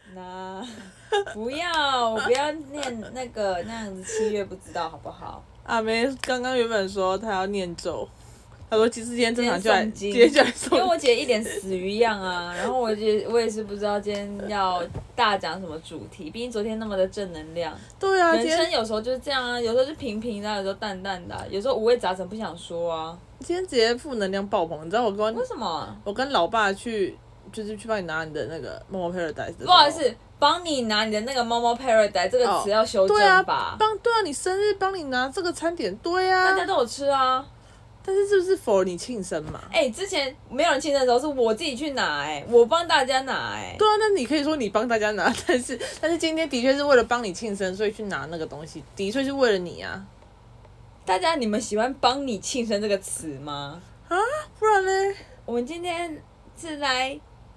那不要，我不要念那样子7月不知道好不好？ 阿梅刚刚原本说她要念咒，她说其实今天正常就来， 今天就来诵经， 因为我姐一脸死鱼样啊，然后我也是不知道今天要大讲什么主题，毕竟昨天那么的正能量。 对啊， 人生有时候就是这样啊，有时候就平平的，有时候淡淡的，有时候五味杂陈不想说啊。 今天直接负能量爆棚，你知道为什么？ 我跟老爸去帮你拿你的那个猫猫 Paradise 的。 不好意思，帮你拿你的那个猫猫 Paradise 这个词要修正吧？ 对啊，你生日帮你拿这个餐点，对啊， 大家都有吃啊。 但是是不是 for 你庆生嘛？ 之前没有人庆生的时候是我自己去拿，我帮大家拿， 对啊，那你可以说你帮大家拿，但是今天的确是为了帮你庆生，所以去拿那个东西，的确是为了你啊。 大家你们喜欢帮你庆生这个词吗？ 啊，不然呢？ 我们今天是来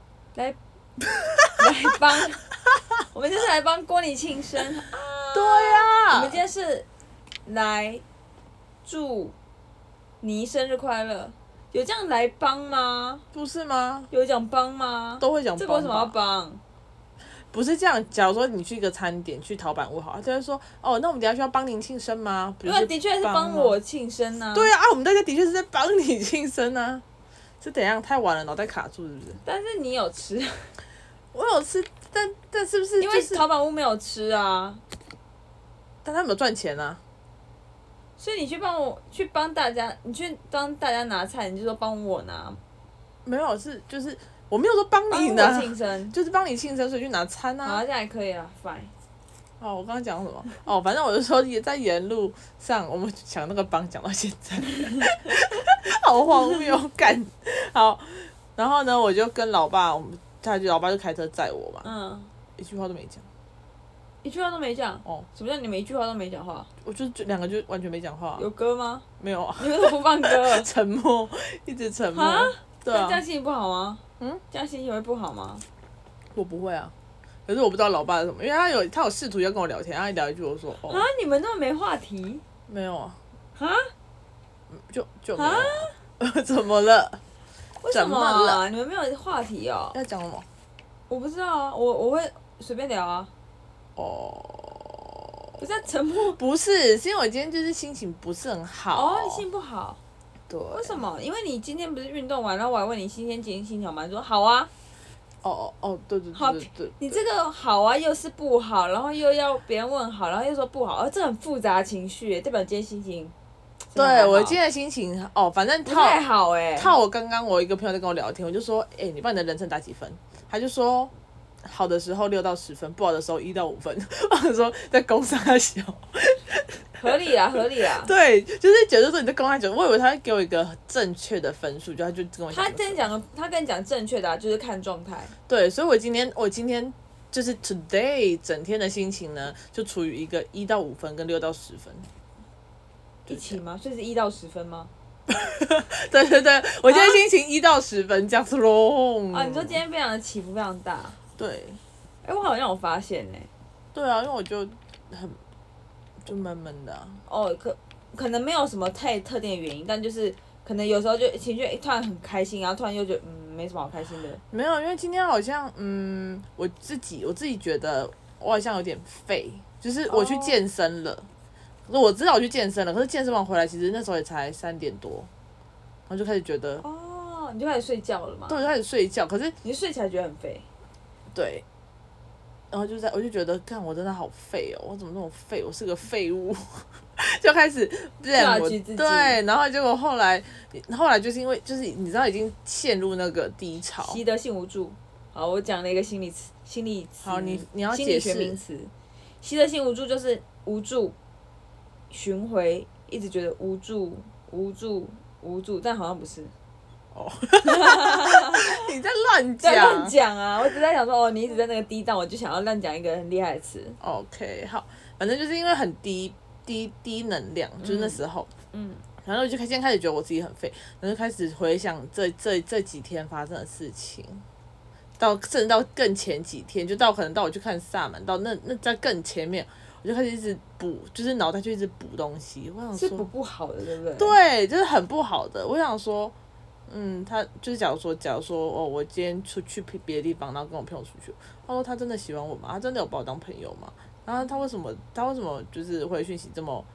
帮，我们就是来帮郭你庆生啊！ 对呀， 我们今天是来祝你生日快乐，有这样来帮吗？ 不是吗？ 有讲帮吗？ 都会讲帮吧。 这个为什么要帮？ 不是这样，假如说你去一个餐点，去陶板屋好，他就会说，哦，那我们等一下需要帮您庆生吗？ 因为的确是帮我庆生啊。 对啊，我们大家的确是在帮你庆生啊。是怎样？太晚了，脑袋卡住是不是？ 但是你有吃， 我有吃，但是不是、 因为陶板屋没有吃啊？ 但他没有赚钱啊。 所以你去帮大家，你去帮大家拿菜，你就说帮我拿。 没有，就是我没有说帮你拿， 帮我庆生， 就是帮你庆生，所以去拿餐啊。 好，这样也可以了 ，fine。 哦，我刚刚讲什么？哦，反正我就说也在沿路上，我们讲那个帮讲到现在，好荒谬感。好，然后呢，我就跟老爸，老爸就开车载我嘛，一句话都没讲。 一句话都没讲。 哦， 什么叫你们一句话都没讲话？ 我就两个就完全没讲话。 有歌吗？ 没有啊。 你为什么不放歌？ 沉默，一直沉默。对啊。 那这样心情不好吗？这样心情会不好吗？ 我不会啊，可是我不知道老爸是什么，因为他有试图要跟我聊天，他一聊一句我说哦。 你们那么没话题？ 没有啊。就没有啊？ 怎么了？ 为什么啊？你们没有话题哦？ 要讲什么？ 我不知道啊，我会随便聊啊。不是沉默？ 不是，是因为我今天就是心情不是很好。 你心情不好？ 对。 为什么？因为你今天不是运动完，然后我还问你今天心情好吗？你说好啊。 对。 你这个好啊，又是不好，然后又要别人问好，然后又说不好，这很复杂的情绪，代表今天心情。 对，我今天的心情反正不太好套我刚刚我一个朋友在跟我聊天，我就说你帮你的人生打几分？他就说好的时候6到10分，不好的时候1到5分。我想说在攻杀小。 合理啦。 对，就是觉得说你在攻杀小，我以为他会给我一个正确的分数，他就跟我讲。 他跟你讲正确的就是看状态。 对，所以我今天就是 today 整天的心情呢，就处于一个1到5分跟6到10分。 一起吗？所以是1到10分吗？ 对，我今天心情1到10分这样子咯。 你说今天非常的起伏非常大。 对。 我好像有发现对啊，因为我就闷闷的可能没有什么太特定的原因，但就是可能有时候就情绪突然很开心，然后突然又觉得没什么好开心的。 没有，因为今天好像我自己觉得我好像有点废，就是我去健身了。我知道我去健身了，可是健身完回来，其实那时候也才3点多，然后就开始觉得你就开始睡觉了嘛？ 对，就开始睡觉，可是你睡起来觉得很废。对。 然后我就觉得，干我真的好废哦，我怎么那么废？我是个废物，就开始blame我。对，然后结果后来就是因为你知道已经陷入那个低潮， 习得性无助。好，我讲了一个心理词。 好，你要解释。心理学名词。习得性无助就是无助。巡回一直觉得无助，但好像不是。 你在乱讲。 乱讲啊！我只在想说，你一直在那个低档，我就想要乱讲一个很厉害的词。 OK， 好，反正就是因为很低能量，就是那时候。然后我就先开始觉得我自己很废，然后就开始回想这几天发生的事情，甚至到更前几天，就可能到我去看萨满，到那在更前面。我就开始一直补，就是脑袋就一直补东西。我想说是补不好的，对不对？ 对，就是很不好的。我想说， 他就是假如说哦，我今天出去别的地方，然后跟我朋友出去，他说他真的喜欢我吗？他真的有把我当朋友吗？然后他为什么就是回讯息这么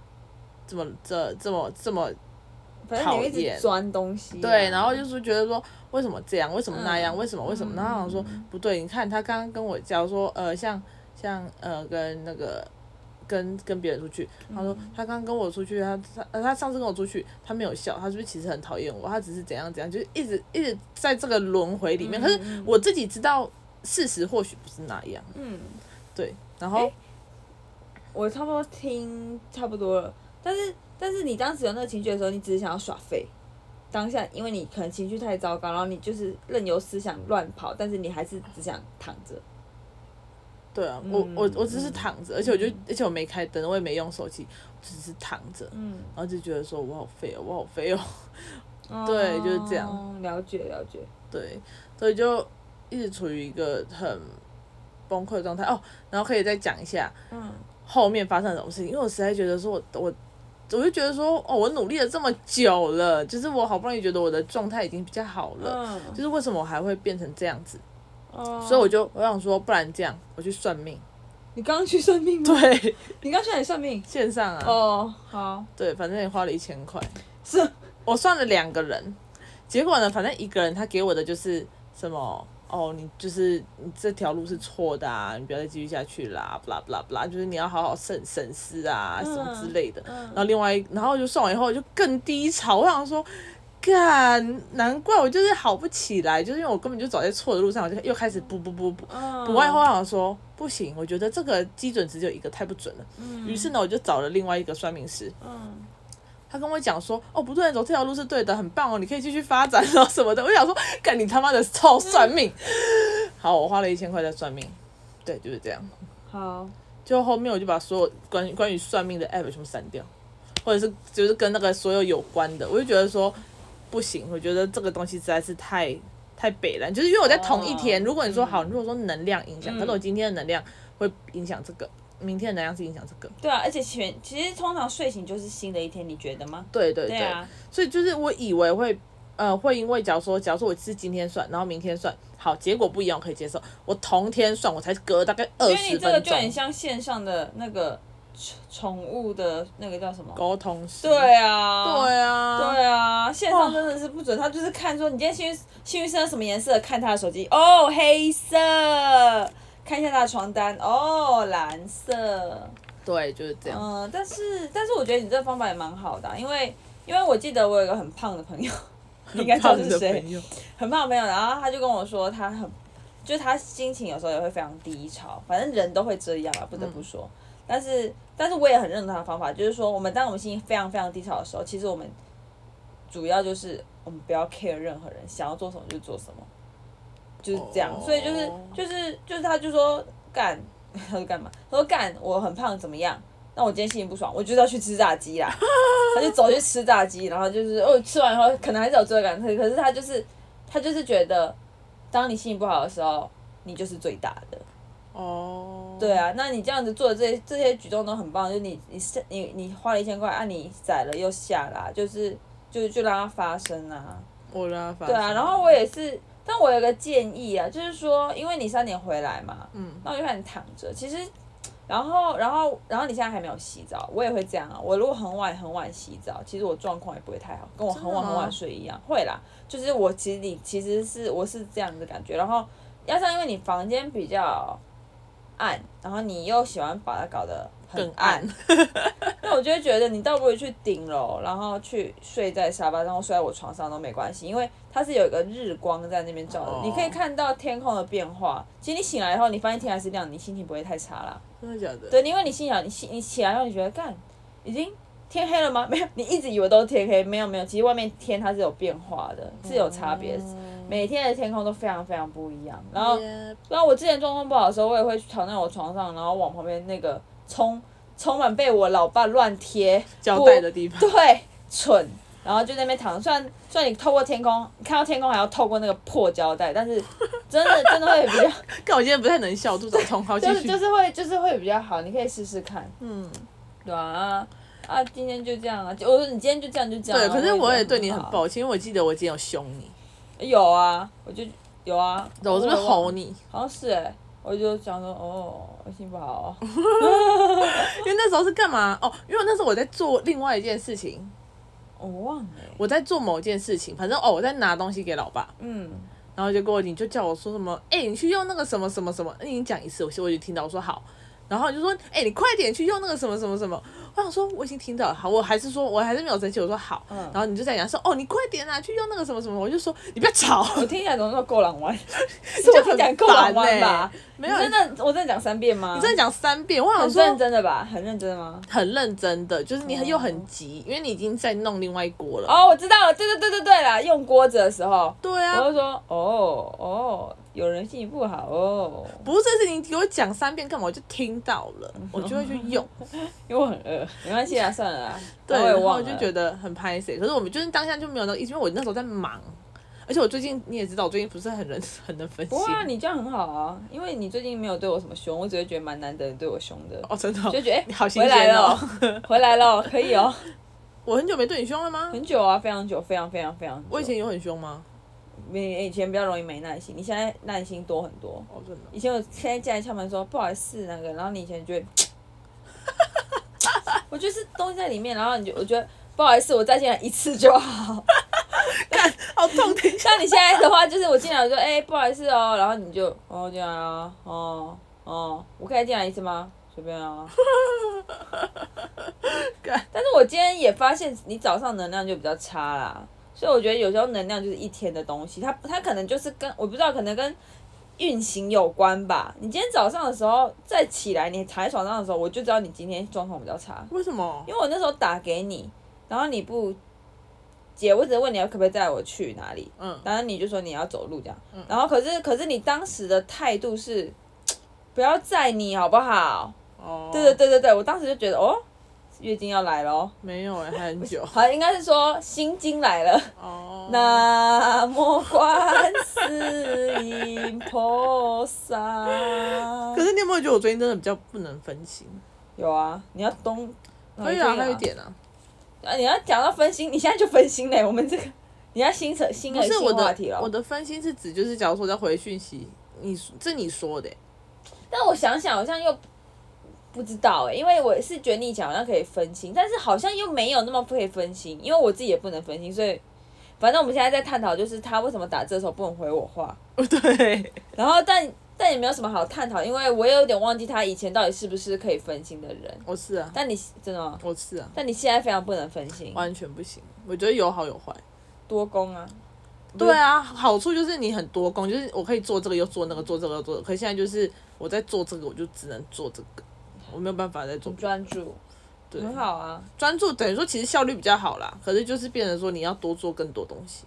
反正你一直钻东西、啊。 对，然后就是觉得说为什么这样，为什么那样，为什么？然后想说不对，你看他刚刚跟我假如说像跟那个。跟别人出去，他说他刚跟我出去，他上次跟我出去，他没有笑，他是不是其实很讨厌我？他只是怎样，就是一直在这个轮回里面。可是我自己知道事实或许不是那样。对，然后我差不多听差不多了，但是你当时有那个情绪的时候，你只是想要耍废。当下因为你可能情绪太糟糕，然后你就是任由思想乱跑，但是你还是只想躺着。 对啊，我只是躺着，而且我没开灯，我也没用手机，只是躺着，然后就觉得说我好废哦，对，就是这样。 了解。 对，所以就一直处于一个很崩溃的状态哦。然后可以再讲一下，后面发生了什么事情，因为我实在觉得说我就觉得说哦，我努力了这么久了，就是我好不容易觉得我的状态已经比较好了，就是为什么我还会变成这样子？所以我想说，不然这样，我去算命。 你刚刚去算命吗？ 对， 你刚去哪里算命？ 线上啊。 哦，好。 对，反正也花了1000块。 是。 我算了2个人，结果呢，反正一个人他给我的就是什么哦，你这条路是错的啊，你不要再继续下去啦，blah blah blah，就是你要好好审视啊，什么之类的。然后就算完以后就更低潮，我想说。难怪我就是好不起来，就是因为我根本就走在错的路上，我就又开始补完以后，我想说不行，我觉得这个基准值只有一个，太不准了。于是呢，我就找了另外一个算命师。他跟我讲说，哦不对，走这条路是对的，很棒哦，你可以继续发展哦什么的。我想说，干你他妈的臭算命！好，我花了1000块在算命，对，就是这样。 好， 就后面我就把所有关于算命的 app 全部删掉，或者是就是跟那个所有有关的，我就觉得说。不行，我觉得这个东西实在是太北蓝，就是因为我在同一天，如果你说好，如果说能量影响，可是我今天的能量会影响这个，明天的能量是影响这个。 对啊，而且其实通常睡醒就是新的一天，你觉得吗？ 对啊， 所以就是我以为会因为假如说我是今天算，然后明天算，好，结果不一样，我可以接受。我同天算，我才隔大概20分钟。因为你这个就很像线上的那个。宠物的那个叫什么？ 沟通师。 对啊，线上真的是不准。他就是看说你今天幸运色什么颜色，看他的手机，哦，黑色。看一下他的床单，哦，蓝色。 对，就是这样。 但是我觉得你这个方法也蛮好的，因为我记得我有一个很胖的朋友，你应该知道是谁？很胖的朋友，然后他就跟我说，就是他心情有时候也会非常低潮，反正人都会这样啊，不得不说。但是我也很认同他的方法，就是说，当我们心情非常非常低潮的时候，其实我们主要就是我们不要 care 任何人，想要做什么就做什么，就是这样。所以就是他就说干，他说干嘛？他说干，我很胖怎么样？那我今天心情不爽，我就是要去吃炸鸡啦。他就走去吃炸鸡，然后就是吃完以后可能还是有罪恶感，可是他就是觉得，当你心情不好的时候，你就是最大的。对啊，那你这样子做的这些举动都很棒，就是你花了1000块，啊，你载了又下啦，就让它发生啊。 我让它发生。 对啊，然后我也是，但我有个建议啊，就是说，因为你3点回来嘛，那我就看你躺着，其实，然后你现在还没有洗澡，我也会这样啊。我如果很晚洗澡，其实我状况也不会太好，跟我很晚睡一样。会啦，就是我其实是这样的感觉，然后加上因为你房间比较。暗，然后你又喜欢把它搞得很暗，那我就会觉得你倒不如去顶楼，然后去睡在沙发上或睡在我床上都没关系，因为它是有一个日光在那边照的，你可以看到天空的变化。其实你醒来以后，你发现天还是亮，你心情不会太差啦。 真的假的？ 对，因为你起来以后，你觉得干已经天黑了吗？没有，你一直以为都是天黑，没有，其实外面天它是有变化的，是有差别。每天的天空都非常非常不一样，然后我之前状况不好的时候，我也会躺在我床上，然后往旁边那个充满被我老爸乱贴胶带的地方， 对，蠢，然后就在那边躺。虽然你透过天空，你看到天空还要透过那个破胶带，但是真的会比较。 但我今天不太能笑，肚子痛，好继续。 就是会比较好，你可以试试看。对啊。 啊，今天就这样啊，我说你今天就这样就这样、啊。 对，可是我也对你很好很抱歉，因为我记得我今天有凶你。 有啊，我就有啊。 我是不是吼你？ 好像是我就想说我心不好、 因为那时候是干嘛？哦，因为那时候我在做另外一件事情。 我忘了。 我在做某件事情，反正我在拿东西给老爸。然后结果你就叫我说什么？你去用那个什么什么什么？你讲一次，我就听到，我说好。然后你就说，你快点去用那个什么什么什么。我想说我已经听到了，好，我还是没有生气，我说好。然后你就在讲说，你快点啊，去用那个什么什么。我就说你不要吵。 我听起来怎么那么够狼湾？是我听起来够狼湾吧？ 没有， 我真的讲3遍吗？ 你真的讲3遍，我想说很认真的吧？很认真吗？ 很认真的，就是你又很急，因为你已经在弄另外一锅了。 我知道了，对啦，用锅子的时候。 对啊。 我就说有人心情不好不是，是你给我讲3遍干嘛？我就听到了，我就会去用。 因为我很饿，没关系啊，算了啦。 对，然后我就觉得很拍谁，可是我们就是当下就没有那个意思，因为我那时候在忙，而且我最近你也知道，我最近不是很能分心。 不会啊，你这样很好啊，因为你最近没有对我什么凶，我只会觉得蛮难得你对我凶的。 真的。 就觉得你好新鲜哦。 回来了，可以哦。 我很久没对你凶了吗？ 很久啊，非常久，非常非常非常久。 我以前有很凶吗？ 你以前比较容易没耐心，你现在耐心多很多。 真的。 以前我现在进来敲门说不好意思那个，然后你以前就会，我就是东西在里面，然后我觉得不好意思，我再进来一次就好。 干，好痛！等一下。 像你现在的话，就是我进来我说不好意思哦，然后你就进来啊，我可以进来一次吗？随便啊。但是我今天也发现你早上能量就比较差啦。所以我觉得有时候能量就是一天的东西，它可能就是我不知道，可能跟运行有关吧。你今天早上的时候再起来，你躺在床上的时候，我就知道你今天状况比较差。 为什么？ 因为我那时候打给你，然后你不接，我只是问你可不可以载我去哪里，然后你就说你要走路这样，然后可是你当时的态度是不要载你好不好？对，我当时就觉得月经要来了没有还很久。 好，应该是说心经来了。南无观世音菩萨。 可是你有没有觉得我最近真的比较不能分心？ 有啊，你要可以啊，还有一点啊。 你要讲到分心，你现在就分心嘞。我们这个你要新话题了。 我的分心是指就是假如说我在回讯息，你说的。 但我想想好像又不知道因为我是觉得你讲好像可以分心，但是好像又没有那么可以分心，因为我自己也不能分心，所以反正我们现在在探讨就是他为什么打字的时候不能回我话。 对。 然后但也没有什么好探讨，因为我也有点忘记他以前到底是不是可以分心的人。 我是啊。 但你真的吗？ 我是啊。 但你现在非常不能分心。 完全不行，我觉得有好有坏。 多工啊。 对啊，好处就是你很多工，就是我可以做这个又做那个，做这个又做这个。可是现在就是我在做这个，我就只能做这个，我没有办法再做。 专注。对。很好啊。 专注等于说其实效率比较好啦，可是就是变成说你要多做更多东西。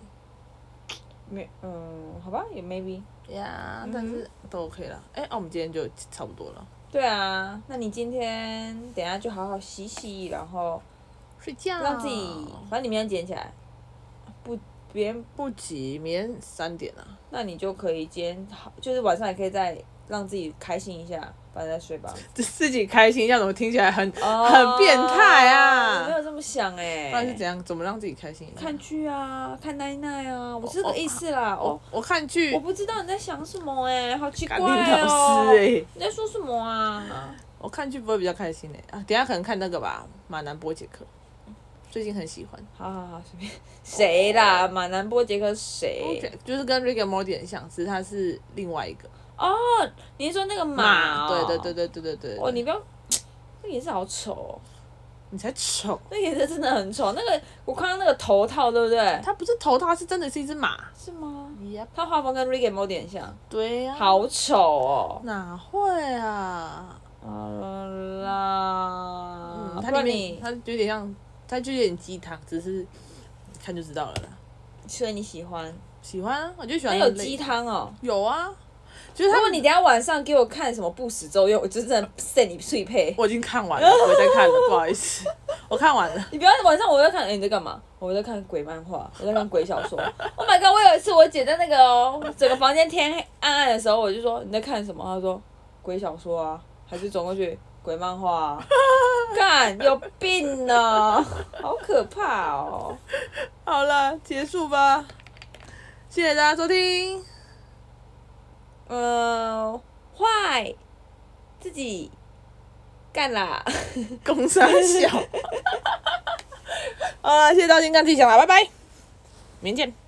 好吧，也 maybe。 但是都 OK 啦。我们今天就差不多了。 对啊，那你今天等一下就好好洗洗，然后睡觉， 让自己，反正你明天捡起来， 不急，明天3点啊。 那你就可以今天就是晚上也可以再让自己开心一下，反正再睡吧。 自己开心一下，怎么听起来很变态啊？ 我没有这么想不然是怎样？怎么让自己开心一下？ 看剧啊，看奶奶啊，我是这个意思啦。 我看剧。 我不知道你在想什么好奇怪你在说什么啊？ 我看剧不会比较开心等一下可能看那个吧，马南波杰克。最近很喜欢。 好，随便。谁啦？马南波杰克谁？ 就是跟 Rick and Morty 很像，只是他是另外一个。 你是说那个马？ 对。 你不要，那颜色好丑你才丑。 那颜色真的很丑。那个我看到那个头套，对不对？ 它不是头套，它是真的是一只马。 是吗？ Yep。 它画风跟 Rick and Morty 很像。 对呀。 好丑哪会啊？ 好了啦。 它里面它有点像。它就有点鸡汤，只是看就知道了啦。 所以你喜欢？ 喜欢啊，我就喜欢。 它有鸡汤哦。 有啊，就是如果你等下晚上给我看什么不死咒，我就真的扇你碎配。 我已经看完了，我在看了，不好意思，我看完了。 你不要晚上我在看，你在干嘛？我在看鬼漫画，我在看鬼小说。Oh my god！ 我有一次我姐在那个整个房间天黑暗暗的时候，我就说你在看什么？她说鬼小说啊，还是走过去鬼漫画啊。 干有病呢，好可怕哦。 好了，结束吧，谢谢大家收听。 坏，自己干啦。 公三小。好了，谢谢大家今天自己讲了，拜拜，明天见。